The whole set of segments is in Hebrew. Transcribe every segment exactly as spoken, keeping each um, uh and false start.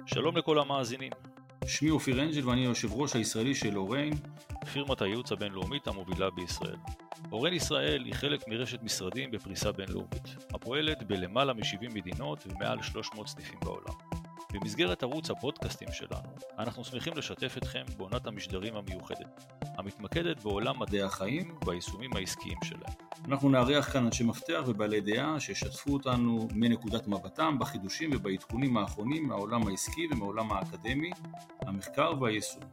שלום לכל המאזינים. שמי אופיר אנג'ל ואני יושב ראש הישראלי של אוריין, פירמת הייעוץ הבינלאומית המובילה בישראל. אוריין ישראל היא חלק מרשת משרדים בפריסה בינלאומית, הפועלת בלמעלה מ-שבעים מדינות ומעל שלוש מאות סניפים בעולם. במסגרת ערוץ הפודקאסטים שלנו, אנחנו שמחים לשתף אתכם בעונת המשדרים המיוחדת, המתמקדת בעולם מדעי החיים והיישומים העסקיים שלהם. אנחנו נארח כאן אנשי מפתח ובעלי דעה שישתפו אותנו מנקודת מבטם בחידושים ובעדכונים האחרונים מהעולם העסקי ומהעולם האקדמי, המחקר והיישום.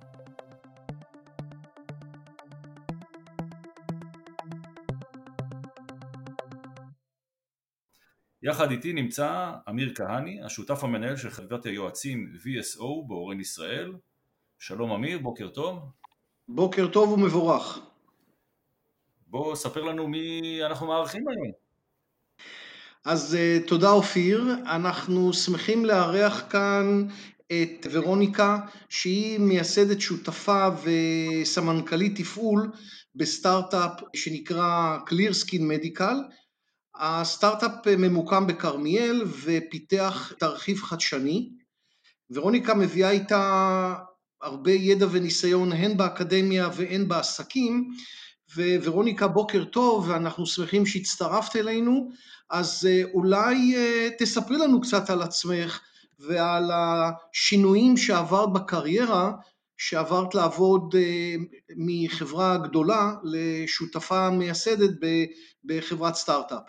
יחד איתי נמצא אמיר כהני, השותף המנהל של חטיבת היועצים וי אס או באוריין ישראל. שלום אמיר, בוקר טוב. בוקר טוב ומבורך. בוא ספר לנו מי אנחנו מארחים היום. אז uh, תודה אופיר, אנחנו שמחים לארח כאן את ורוניקה, שהיא מייסדת שותפה וסמנכ"לית תפעול בסטארט-אפ שנקרא ClearSkin Medical. הסטארט-אפ ממוקם בכרמיאל ופיתח תרחיב חדשני. ורוניקה מביאה איתה הרבה ידע וניסיון הן באקדמיה והן בעסקים, וורוניקה בוקר טוב ואנחנו שמחים שהצטרפת אלינו. אז אולי תספרי לנו קצת על עצמך ועל השינויים שעברת בקריירה, שעברת לעבוד מחברה גדולה לשותפה מייסדת בחברת סטארט-אפ.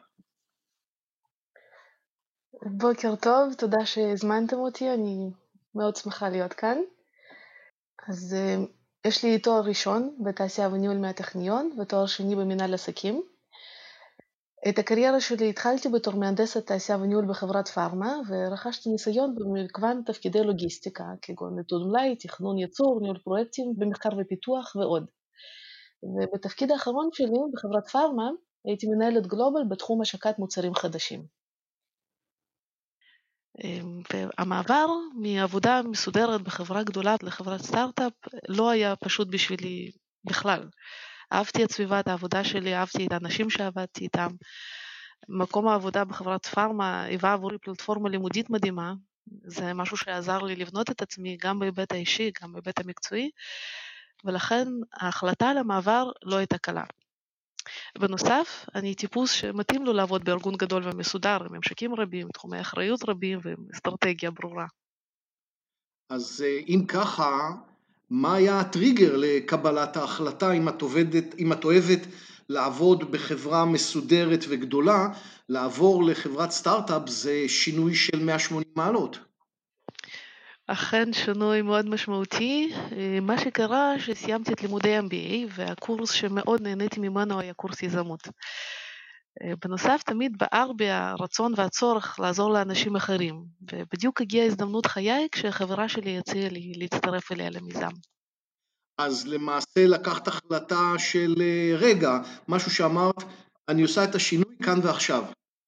בוקר טוב, תודה שהזמנתם אותי, אני מאוד שמחה להיות כאן. אז יש לי תואר ראשון בתעשייה וניהול מהטכניון ותואר שני במנהל עסקים. את הקריירה שלי התחלתי בתור מהנדסת תעשייה וניהול בחברת פארמה, ורכשתי ניסיון במגוון תפקידי לוגיסטיקה, כגון ניתוד מלאי, תכנון ייצור, ניהול פרויקטים במחקר ופיתוח ועוד. ובתפקיד האחרון שלי בחברת פארמה הייתי מנהלת גלובל בתחום השקת מוצרים חדשים. והמעבר מעבודה מסודרת בחברה גדולה לחברת סטארט-אפ לא היה פשוט בשבילי בכלל. אהבתי את סביבת העבודה שלי, אהבתי את האנשים שעבדתי איתם. מקום העבודה בחברת פארמה היווה עבורי פלטפורמה לימודית מדהימה. זה משהו שעזר לי לבנות את עצמי גם בהיבט האישי, גם בהיבט המקצועי, ולכן ההחלטה על המעבר לא הייתה קלה. בנוסף, אני טיפוס שמתאים לו לעבוד בארגון גדול ומסודר, עם ממשקים רבים, תחומי אחריות רבים ואסטרטגיה ברורה. אז אם ככה, מה היה הטריגר לקבלת ההחלטה, אם את עובדת, אם את אוהבת לעבוד בחברה מסודרת וגדולה, לעבור לחברת סטארט-אפ זה שינוי של מאה ושמונים מעלות? אכן שינוי מאוד משמעותי. מה שקרה שסיימתי את לימודי אם בי איי והקורס שמאוד נהניתי ממנו היה קורס יזמות. בנוסף תמיד בער בי הרצון והצורך לעזור לאנשים אחרים, ובדיוק הגיעה הזדמנות חיי כשהחברה שלי הציעה לי להצטרף אליה למיזם. אז למעשה לקחת החלטה של רגע, משהו שאמרת, אני עושה את השינוי כאן ועכשיו.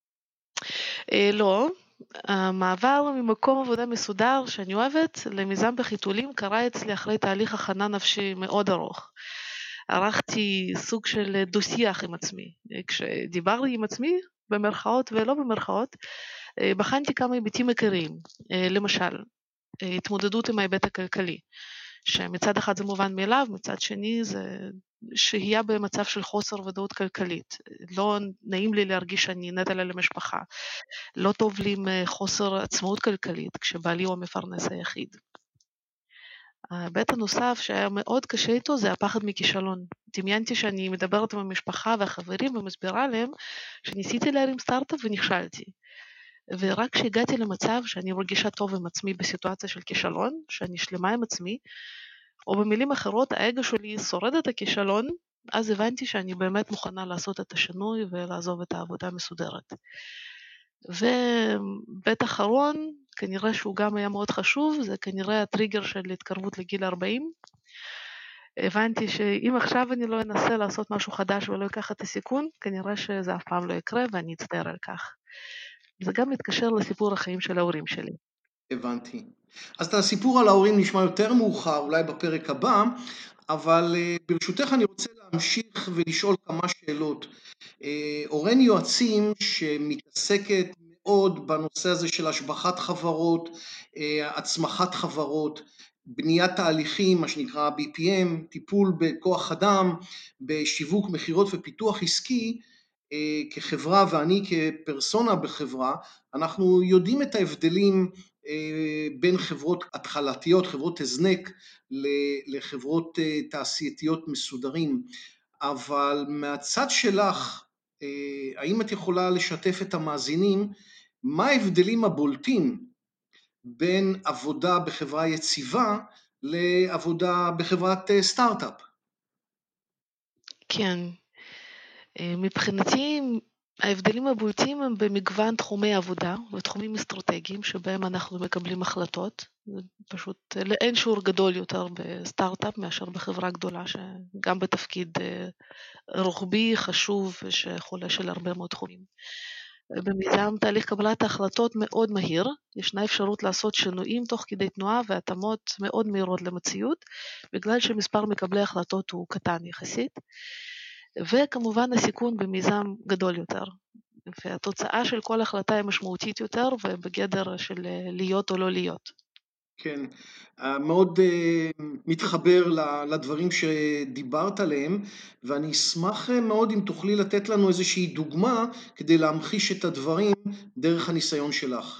לא. המעבר ממקום עבודה מסודר שאני אוהבת למיזם בחיתולים קרה אצלי אחרי תהליך הכנה נפשי מאוד ארוך. ערכתי סוג של דו-שיח עם עצמי. כשדיברתי עם עצמי, במרכאות ולא במרכאות, בחנתי כמה היבטים עיקריים. למשל, התמודדות עם ההיבט הכלכלי, שמצד אחד זה מובן מאליו, מצד שני זה שהייה במצב של חוסר ודאות כלכלית. לא נעים לי להרגיש שאני נטל על המשפחה. לא טוב לי עם חוסר עצמאות כלכלית, כשבעלי הוא המפרנס היחיד. ההיבט הנוסף שהיה מאוד קשה איתו זה הפחד מכישלון. דמיינתי שאני מדברת עם המשפחה והחברים ומסבירה להם שניסיתי להרים סטארט-אפ ונכשלתי. ורק כשהגעתי למצב שאני מרגישה טוב עם עצמי בסיטואציה של כישלון, שאני שלמה עם עצמי, או במילים אחרות האגו שלי שורד את הכישלון, אז הבנתי שאני באמת מוכנה לעשות את השינוי ולעזוב את העבודה המסודרת. ובית אחרון, כנראה שהוא גם היה מאוד חשוב, זה כנראה הטריגר של התקרבות לגיל ארבעים. הבנתי שאם עכשיו אני לא אנסה לעשות משהו חדש ולא אקח את הסיכון, כנראה שזה אף פעם לא יקרה ואני אצטער על כך. זה גם מתקשר לסיפור החיים של ההורים שלי. הבנתי. אז את הסיפור על ההורים נשמע יותר מאוחר, אולי בפרק הבא, אבל ברשותך אני רוצה להמשיך ולשאול כמה שאלות. אוריין יועצים שמתעסקת מאוד בנושא הזה של השבחת חברות, הצמחת חברות, בניית תהליכים, מה שנקרא בי פי אם, טיפול בכוח אדם, בשיווק, מחירות ופיתוח עסקי. כחברה ואני כפרסונה בחברה, אנחנו יודעים את ההבדלים בין חברות התחלתיות, חברות הזנק, לחברות תעשייתיות מסודרים. אבל מהצד שלך, האם את יכולה לשתף את המאזינים, מה ההבדלים הבולטים בין עבודה בחברה יציבה לעבודה בחברת סטארט-אפ? כן, מבחינתי ההבדלים הבולטים הם במגוון תחומי עבודה ותחומים אסטרטגיים שבהם אנחנו מקבלים החלטות. פשוט לאין שיעור גדול יותר בסטארט-אפ מאשר בחברה גדולה, שגם בתפקיד רוחבי חשוב ושחולש על הרבה מאוד תחומים. במיזם תהליך קבלת ההחלטות מאוד מהיר, ישנה אפשרות לעשות שינויים תוך כדי תנועה והתאמות מאוד מהירות למציאות, בגלל שמספר מקבלי החלטות הוא קטן יחסית. וכמובן הסיכון במיזם גדול יותר, והתוצאה של כל החלטה היא משמעותית יותר ובגדר של להיות או לא להיות. כן, מאוד מתחבר לדברים שדיברת עליהם, ואני אשמח מאוד אם תוכלי לתת לנו איזושהי דוגמה כדי להמחיש את הדברים דרך הניסיון שלך.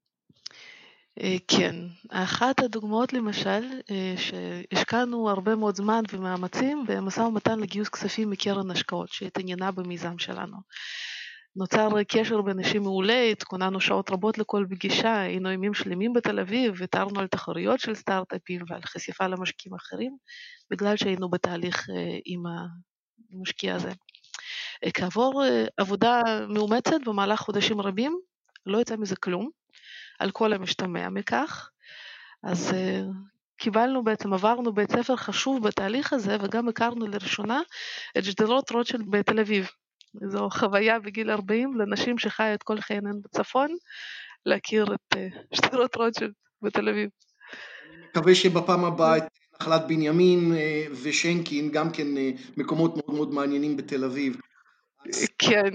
כן, אחת הדוגמאות למשל, שהשקענו הרבה מאוד זמן ומאמצים במשא ומתן לגיוס כספים מקרן השקעות שהתעניינה במיזם שלנו. נוצר קשר בין אנשים מעולה, התכוננו שעות רבות לכל פגישה, היינו ימים שלמים בתל אביב, ויתרנו על תחרויות של סטארט-אפים ועל חשיפה למשקיעים אחרים, בגלל שהיינו בתהליך עם המשקיע הזה. כעבור עבודה מאומצת במהלך חודשים רבים, לא יצא מזה כלום, על כל המשתמע מכך, אז uh, קיבלנו בעצם, עברנו בית ספר חשוב בתהליך הזה, וגם הכרנו לראשונה את שדרות רוטשילד בתל אביב. זו חוויה בגיל ארבעים לנשים שחיה את כל חייהן בצפון, להכיר את uh, שדרות רוטשילד בתל אביב. אני מקווה שבפעם הבאה את נחלת בנימין ושנקין, גם כן מקומות מאוד מאוד מעניינים בתל אביב. כן.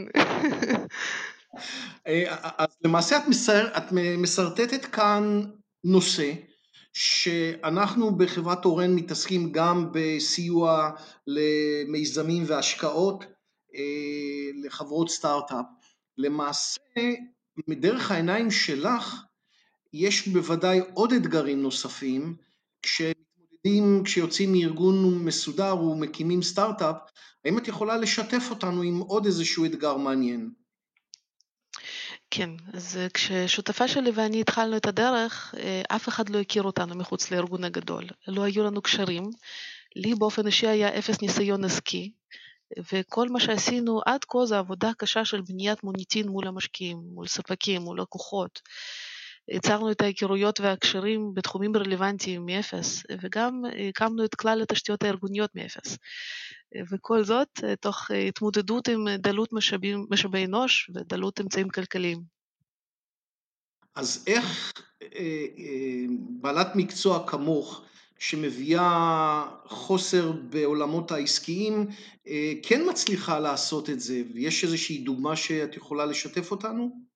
אז למעשה את, מסר, את מסרטטת כאן נושא שאנחנו בחברת אורן מתעסקים גם בסיוע למיזמים והשקעות לחברות סטארט-אפ. למעשה מדרך העיניים שלך יש בוודאי עוד אתגרים נוספים כשמתמודדים, כשיוצאים מארגון מסודר ומקימים סטארט-אפ. האם את יכולה לשתף אותנו עם עוד איזשהו אתגר מעניין? כן, אז כששותפה שלי ואני התחלנו את הדרך, אף אחד לא הכיר אותנו מחוץ לארגון הגדול. לא היו לנו קשרים, לי באופן אישי היה אפס ניסיון עסקי, וכל מה שעשינו עד כה זה עבודה קשה של בניית מוניטין מול המשקיעים, מול ספקים, מול לקוחות. יצרנו את ההיכרויות והקשרים בתחומים רלוונטיים מאפס, וגם הקמנו את כלל התשתיות הארגוניות מאפס. וכל זאת תוך התמודדות עם דלות משאבים, משאבי אנוש ודלות אמצעים כלכליים. אז איך אה, אה, בעלת מקצוע כמוך, שמביאה חוסר בעולמות העסקיים, אה, כן מצליחה לעשות את זה? ויש איזושהי דוגמה שאת יכולה לשתף אותנו?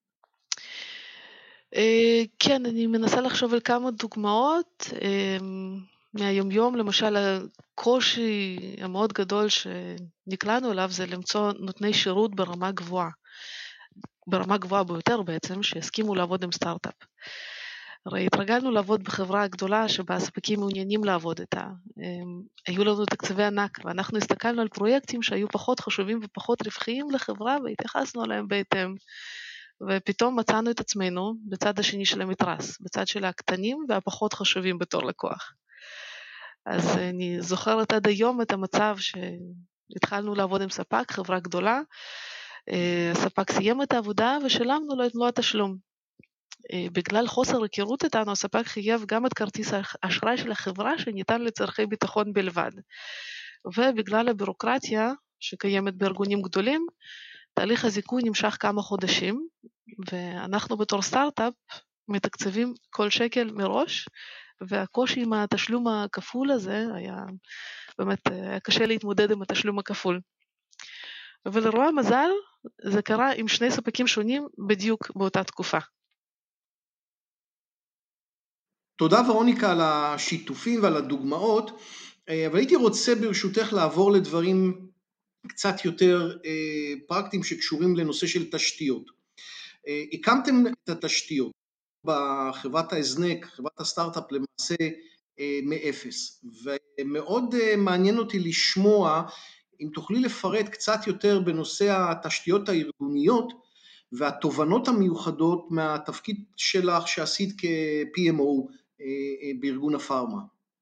כן, אני מנסה לחשוב על כמה דוגמאות מהיומיום. למשל, הקושי המאוד גדול שנקלענו אליו זה למצוא נותני שירות ברמה גבוהה, ברמה גבוהה ביותר בעצם, שהסכימו לעבוד עם סטארט-אפ. הרי התרגלנו לעבוד בחברה גדולה שבה הספקים מעוניינים לעבוד איתה. היו לנו תקציבי ענק, ואנחנו הסתכלנו על פרויקטים שהיו פחות חשובים ופחות רווחיים לחברה, והתייחסנו עליהם בהתאם. ופתאום מצאנו את עצמנו בצד השני של המתרס, בצד של הקטנים והפחות חשובים בתור לקוח. אז אני זוכרת עד היום את המצב שהתחלנו לעבוד עם ספק, חברה גדולה, הספק סיים את העבודה ושילמנו לו את מלוא התשלום. בגלל חוסר היכרות איתנו, הספק חייב גם את כרטיס האשראי של החברה שניתן לצורכי ביטחון בלבד. ובגלל הבירוקרטיה שקיימת בארגונים גדולים, תהליך הזיכוי נמשך כמה חודשים, ואנחנו בתור סטארט-אפ מתקצבים כל שקל מראש, והקושי עם התשלום הכפול הזה היה, באמת היה קשה להתמודד עם התשלום הכפול. ולרוע מזל, זה קרה עם שני ספקים שונים בדיוק באותה תקופה. תודה ורוניקה על השיתופים ועל הדוגמאות, אבל הייתי רוצה ברשותך לעבור לדברים קצת יותר פרקטיים שקשורים לנושא של תשתיות. הקמתם את התשתיות בחברת ההזנק, חברת הסטארט-אפ למעשה מאפס, ומאוד מעניין אותי לשמוע אם תוכלי לפרט קצת יותר בנושא התשתיות הארגוניות והתובנות המיוחדות מהתפקיד שלך שעשית כ-פי אם או בארגון הפארמה.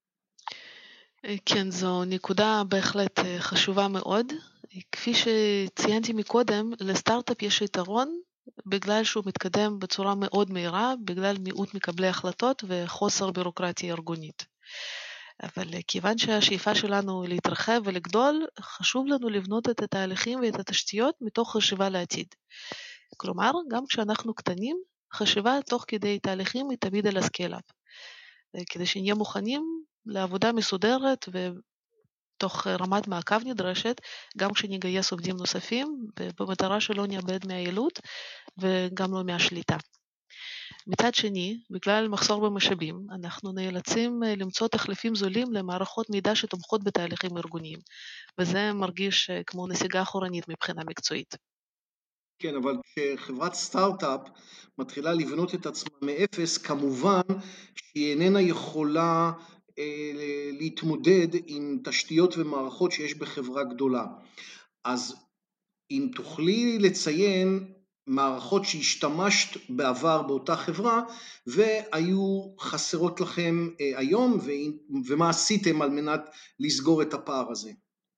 כן, זו נקודה בהחלט חשובה מאוד. כפי שציינתי מקודם, לסטארט-אפ יש יתרון בגלל שהוא מתקדם בצורה מאוד מהירה, בגלל מיעוט מקבלי החלטות וחוסר בירוקרטיה ארגונית. אבל כיוון שהשאיפה שלנו היא להתרחב ולגדול, חשוב לנו לבנות את התהליכים ואת התשתיות מתוך חשיבה לעתיד. כלומר, גם כשאנחנו קטנים, חשיבה תוך כדי תהליכים היא תמיד על הסקייל-אפ. כדי שנהיה מוכנים לעבודה מסודרת ותוך רמת מעקב נדרשת, גם כשנגייס עובדים נוספים, במטרה שלא נאבד מהיעילות וגם לא מהשליטה. מצד שני, בגלל מחסור במשאבים, אנחנו נאלצים למצוא תחליפים זולים למערכות מידע שתומכות בתהליכים ארגוניים, וזה מרגיש כמו נסיגה אחורנית מבחינה מקצועית. כן, אבל כשחברת סטארט-אפ מתחילה לבנות את עצמה מאפס, כמובן שהיא איננה יכולה אה, להתמודד עם תשתיות ומערכות שיש בחברה גדולה. אז אם תוכלי לציין מערכות שהשתמשת בעבר באותה חברה והיו חסרות לכם אה, היום, ומה עשיתם על מנת לסגור את הפער הזה?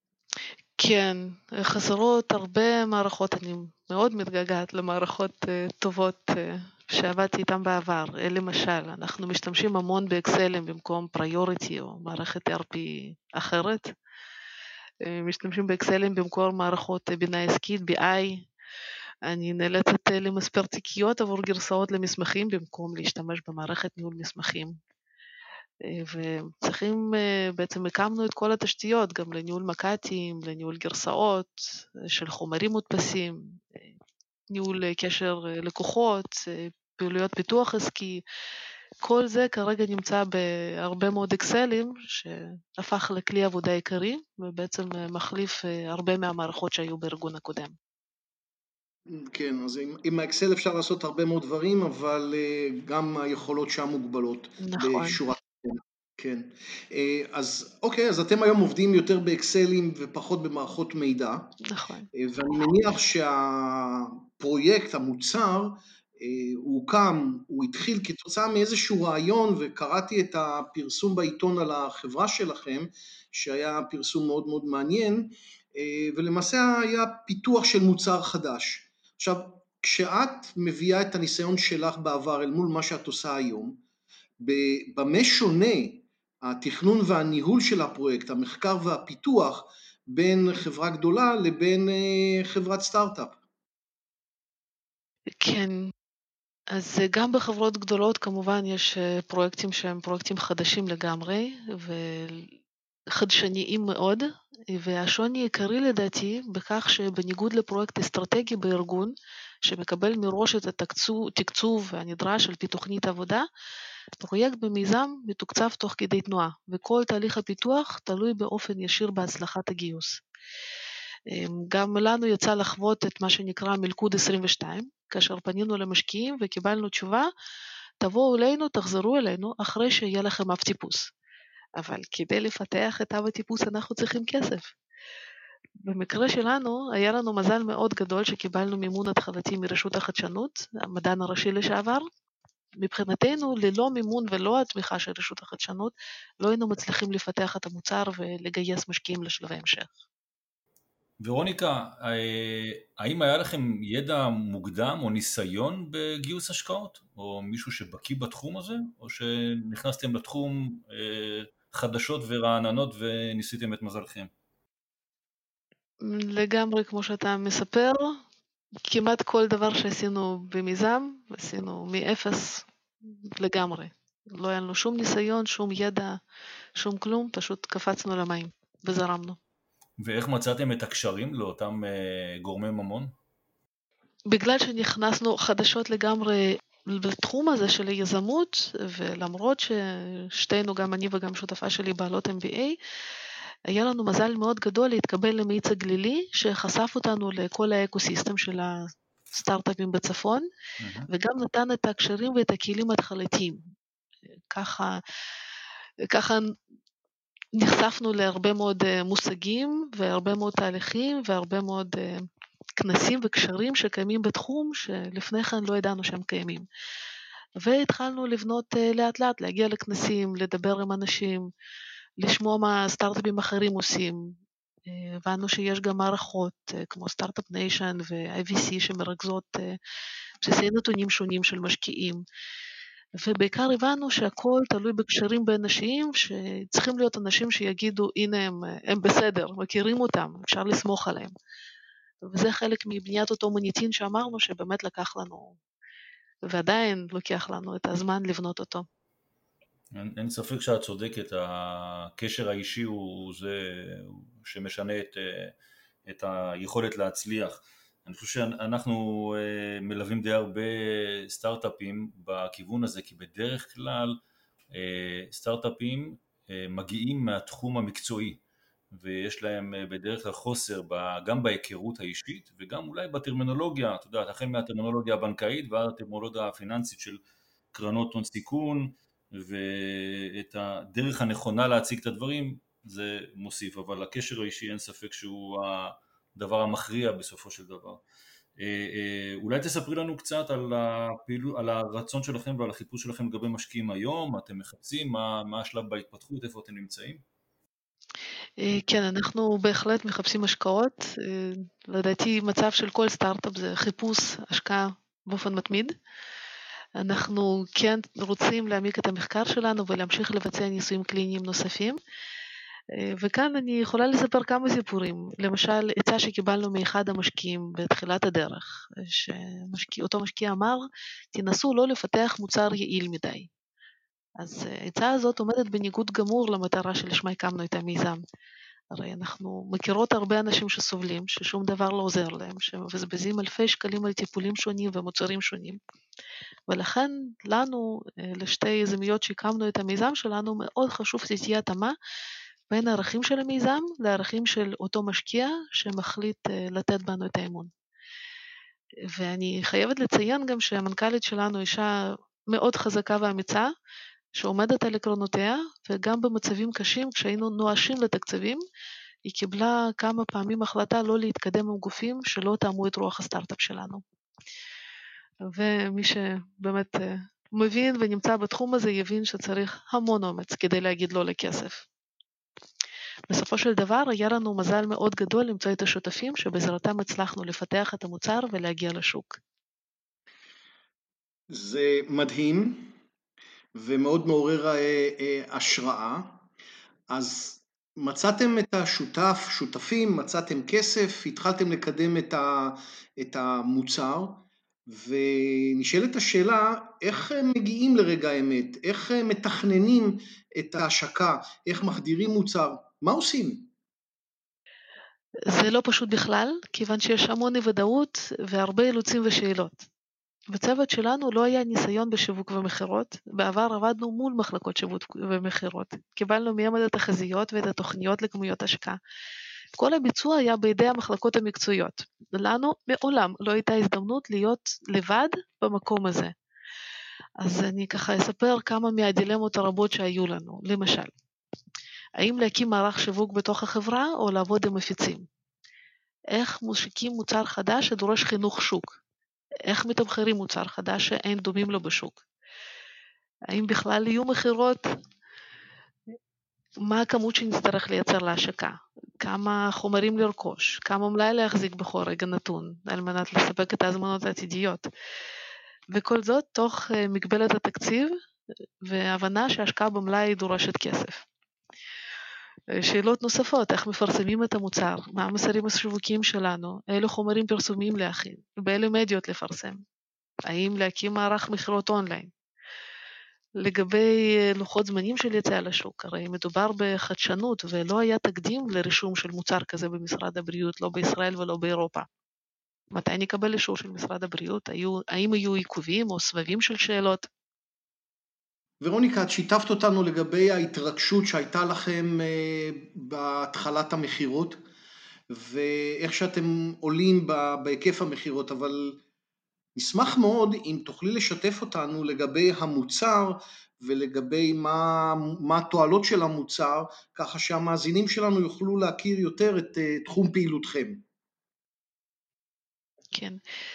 כן, חסרות הרבה מערכות, אני מאוד מתגעגעת למערכות uh, טובות uh, שעבדתי איתן בעבר. למשל, אנחנו משתמשים המון באקסלים במקום פריוריטי או מערכת אר פי אחרת. Uh, משתמשים באקסלים במקום מערכות בינה עסקית, בי איי. אני נאלצת uh, למספר תיקיות עבור גרסאות למסמכים במקום להשתמש במערכת ניהול מסמכים. וצריכים, בעצם הקמנו את כל התשתיות, גם לניהול מק"טים, לניהול גרסאות של חומרים מודפסים, ניהול קשר לקוחות, פעילויות פיתוח עסקי, כל זה כרגע נמצא בהרבה מאוד אקסלים, שהפך לכלי עבודה עיקרי, ובעצם מחליף הרבה מהמערכות שהיו בארגון הקודם. כן, אז עם, עם האקסל אפשר לעשות הרבה מאוד דברים, אבל גם היכולות שם מוגבלות. נכון. בשורה. כן. אז אוקיי, אז אתם היום עובדים יותר באקסלים ופחות במערכות מידע. נכון. ואני מניח שהפרויקט, המוצר, הוא הוקם, הוא התחיל כתוצאה מאיזשהו רעיון, וקראתי את הפרסום בעיתון על החברה שלכם, שהיה פרסום מאוד מאוד מעניין, ולמעשה היה פיתוח של מוצר חדש. עכשיו, כשאת מביאה את הניסיון שלך בעבר אל מול מה שאת עושה היום, במה שונה התכנון והניהול של הפרויקט, המחקר והפיתוח, בין חברה גדולה לבין חברת סטארט-אפ? כן, אז גם בחברות גדולות כמובן יש פרויקטים שהם פרויקטים חדשים לגמרי וחדשניים מאוד, והשוני העיקרי לדעתי בכך שבניגוד לפרויקט אסטרטגי בארגון שמקבל מראש את התקצוב הנדרש על פי תוכנית עבודה, פרויקט במיזם מתוקצב תוך כדי תנועה, וכל תהליך הפיתוח תלוי באופן ישיר בהצלחת הגיוס. גם לנו יצא לחוות את מה שנקרא מלכוד עשרים ושתיים, כאשר פנינו למשקיעים וקיבלנו תשובה, תבואו אלינו, תחזרו אלינו, אחרי שיהיה לכם אב טיפוס. אבל כדי לפתח את אב הטיפוס אנחנו צריכים כסף. במקרה שלנו, היה לנו מזל מאוד גדול שקיבלנו מימון התחלתי מרשות החדשנות, המדען הראשי לשעבר. מבחינתנו, ללא מימון ולא התמיכה של רשות החדשנות, לא היינו מצליחים לפתח את המוצר ולגייס משקיעים לשלבי המשך. ורוניקה, האם היה לכם ידע מוקדם או ניסיון בגיוס השקעות? או מישהו שבקיא בתחום הזה? או שנכנסתם לתחום חדשות ורעננות וניסיתם את מזלכם? לגמרי כמו שאתה מספר, כמעט כל דבר שעשינו במיזם, עשינו מאפס לגמרי. לא היה לנו שום ניסיון, שום ידע, שום כלום, פשוט קפצנו למים וזרמנו. ואיך מצאתם את הקשרים לאותם גורמי ממון? בגלל שנכנסנו חדשות לגמרי בתחום הזה של היזמות, ולמרות ששתינו, גם אני וגם שותפה שלי בעלות אם בי איי, היה לנו מזל מאוד גדול להתקבל למאיץ הגלילי, שחשף אותנו לכל האקוסיסטם של הסטארט-אפים בצפון, mm-hmm. וגם נתן את הקשרים ואת הכלים התחלתיים. ככה, ככה נחשפנו להרבה מאוד מושגים, והרבה מאוד תהליכים, והרבה מאוד כנסים וקשרים שקיימים בתחום, שלפני כן לא ידענו שהם קיימים. והתחלנו לבנות לאט לאט, להגיע לכנסים, לדבר עם אנשים, לשמוע מה סטארט-אפים אחרים עושים. הבנו שיש גם מערכות כמו סטארט-אפ ניישן ו-איי וי סי שמרכזות בסיסי נתונים שונים של משקיעים. ובעיקר הבנו שהכל תלוי בקשרים בין אנשים, שצריכים להיות אנשים שיגידו, הנה הם, הם בסדר, מכירים אותם, אפשר לסמוך עליהם. וזה חלק מבניית אותו מוניטין שאמרנו שבאמת לקח לנו, ועדיין לוקח לנו את הזמן לבנות אותו. אין, אין ספק שאת צודקת, הקשר האישי הוא זה שמשנה את, את היכולת להצליח. אני חושב שאנחנו מלווים די הרבה סטארט-אפים בכיוון הזה, כי בדרך כלל סטארט-אפים מגיעים מהתחום המקצועי, ויש להם בדרך כלל חוסר גם בהיכרות האישית, וגם אולי בטרמינולוגיה, אתה יודע, החל מהטרמינולוגיה הבנקאית ועד הטרמינולוגיה הפיננסית של קרנות הון סיכון, ואת הדרך הנכונה להציג את הדברים, זה מוסיף, אבל הקשר האישי אין ספק שהוא הדבר המכריע בסופו של דבר. אולי תספרי לנו קצת על, הפעילו, על הרצון שלכם ועל החיפוש שלכם לגבי משקיעים היום, אתם מחפשים, מה, מה השלב בהתפתחות, איפה אתם נמצאים? כן, אנחנו בהחלט מחפשים השקעות, לדעתי מצב של כל סטארט-אפ זה חיפוש השקעה באופן מתמיד. אנחנו כן רוצים להעמיק את המחקר שלנו ולהמשיך לבצע ניסויים קליניים נוספים, וכאן אני יכולה לספר כמה סיפורים. למשל, עצה שקיבלנו מאחד המשקיעים בתחילת הדרך, שאותו משקיע אמר, תנסו לא לפתח מוצר יעיל מדי. אז העצה הזאת עומדת בניגוד גמור למטרה שלשמה הקמנו את המיזם. הרי אנחנו מכירות הרבה אנשים שסובלים, ששום דבר לא עוזר להם, שמבזבזים אלפי שקלים על טיפולים שונים ומוצרים שונים. ולכן לנו, לשתי יזמיות שהקמנו את המיזם שלנו, מאוד חשוב שתהיה התאמה בין הערכים של המיזם לערכים של אותו משקיע שמחליט לתת בנו את האמון. ואני חייבת לציין גם שהמנכ"לית שלנו אישה מאוד חזקה ואמיצה, שעומדת על עקרונותיה, וגם במצבים קשים, כשהיינו נואשים לתקציבים, היא קיבלה כמה פעמים החלטה לא להתקדם עם גופים שלא תאמו את רוח הסטארט-אפ שלנו. ומי שבאמת מבין ונמצא בתחום הזה, יבין שצריך המון אומץ כדי להגיד לא לכסף. בסופו של דבר, היה לנו מזל מאוד גדול למצוא את השותפים, שבעזרתם הצלחנו לפתח את המוצר ולהגיע לשוק. זה מדהים. ומאוד מעורר השראה. אז מצאתם את השותף, שותפים, מצאתם כסף, התחלתם לקדם את, ה, את המוצר, ונשאלת השאלה, איך מגיעים לרגע האמת? איך מתכננים את ההשקה? איך מחדירים מוצר? מה עושים? זה לא פשוט בכלל, כיוון שיש המון אי-ודאות והרבה אילוצים ושאלות. בצוות שלנו לא היה ניסיון בשיווק ומחירות, בעבר עבדנו מול מחלקות שיווק ומחירות, קיבלנו מהם את התחזיות ואת התוכניות לכמויות השקעה. כל הביצוע היה בידי המחלקות המקצועיות, לנו מעולם לא הייתה הזדמנות להיות לבד במקום הזה. אז אני ככה אספר כמה מהדילמות הרבות שהיו לנו, למשל, האם להקים מערך שיווק בתוך החברה או לעבוד עם מפיצים? איך מושיקים מוצר חדש שדורש חינוך שוק? איך מתמחרים מוצר חדש שאין דומים לו בשוק? האם בכלל יהיו מחירות? מה הכמות שנצטרך לייצר להשקה? כמה חומרים לרכוש? כמה מלאי להחזיק בכל רגע נתון, על מנת לספק את ההזמנות העתידיות? וכל זאת תוך מגבלת התקציב, והבנה שההשקעה במלאי דורשת כסף. שאלות נוספות, איך מפרסמים את המוצר, מה המסרים השיווקיים שלנו, אילו חומרים פרסומיים להכין, באילו מדיות לפרסם, האם להקים מערך מחירות אונליין. לגבי לוחות זמנים של יציאה לשוק, הרי מדובר בחדשנות ולא היה תקדים לרישום של מוצר כזה במשרד הבריאות, לא בישראל ולא באירופה. מתי נקבל אישור של משרד הבריאות? היו, האם היו עיכובים או סבבים של שאלות? ורוניקה, את שיתפת אותנו לגבי ההתרגשות שהייתה לכם בהתחלת המחירות, ואיך שאתם עולים בהיקף המחירות, אבל נשמח מאוד אם תוכלי לשתף אותנו לגבי המוצר, ולגבי מה, מה התועלות של המוצר, ככה שהמאזינים שלנו יוכלו להכיר יותר את תחום פעילותכם. כן.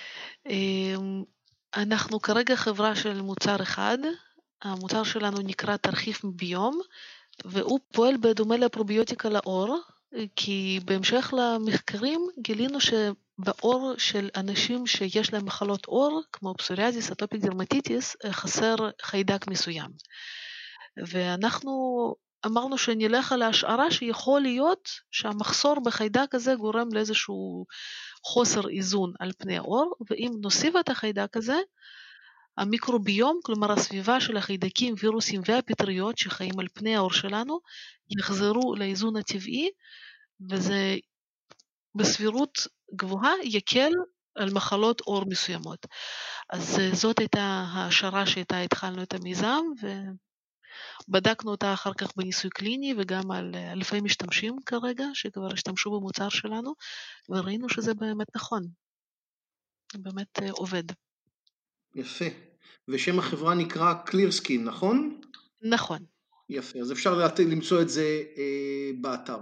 אנחנו כרגע חברה של מוצר אחד, המוצר שלנו נקרא תרחיף ביום, והוא פועל בדומה לפרוביוטיקה לעור, כי בהמשך למחקרים גילינו שבעור של אנשים שיש להם מחלות עור, כמו פסוריאזיס, אטופיק דרמטיטיס, חסר חיידק מסוים. ואנחנו אמרנו שנלך על ההשערה שיכול להיות שהמחסור בחיידק הזה גורם לאיזשהו חוסר איזון על פני העור, ואם נוסיף את החיידק הזה, המיקרוביום, כלומר הסביבה של החיידקים, וירוסים והפטריות שחיים על פני העור שלנו, יחזרו לאיזון הטבעי, וזה בסבירות גבוהה יקל על מחלות עור מסוימות. אז זאת הייתה ההשערה שאיתה התחלנו את המיזם, ובדקנו אותה אחר כך בניסוי קליני, וגם על אלפי משתמשים כרגע, שכבר השתמשו במוצר שלנו, וראינו שזה באמת נכון. באמת עובד. יפה. ושם החברה נקרא Clearskin, נכון? נכון. יפה, אז אפשר למצוא את זה אה, באתר.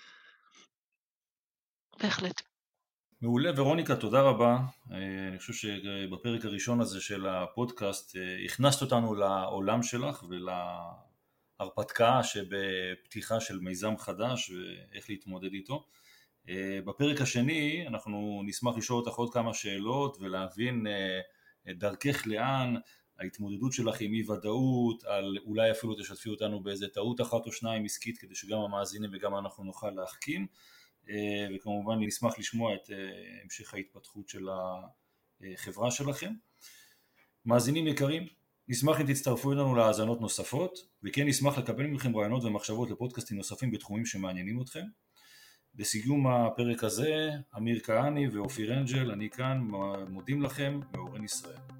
בהחלט. מעולה, ורוניקה, תודה רבה. אני חושב שבפרק הראשון הזה של הפודקאסט הכנסת אותנו לעולם שלך ולהרפתקה שבפתיחה של מיזם חדש ואיך להתמודד איתו. בפרק השני אנחנו נשמח לשאול אותך עוד כמה שאלות ולהבין את דרכך לאן, ההתמודדות שלך עם אי ודאות, על אולי אפילו תשתפי אותנו באיזה טעות אחת או שניים עסקית כדי שגם המאזינים וגם אנחנו נוכל להחכים. וכמובן נשמח לשמוע את המשך ההתפתחות של החברה שלכם. מאזינים יקרים, נשמח אם תצטרפו אלינו להאזנות נוספות, וכן נשמח לקבל מכם רעיונות ומחשבות לפודקאסטים נוספים בתחומים שמעניינים אתכם. לסיום הפרק הזה, אמיר כהני ואופיר אנג'ל, אני כאן, מודים לכם מאורן ישראל.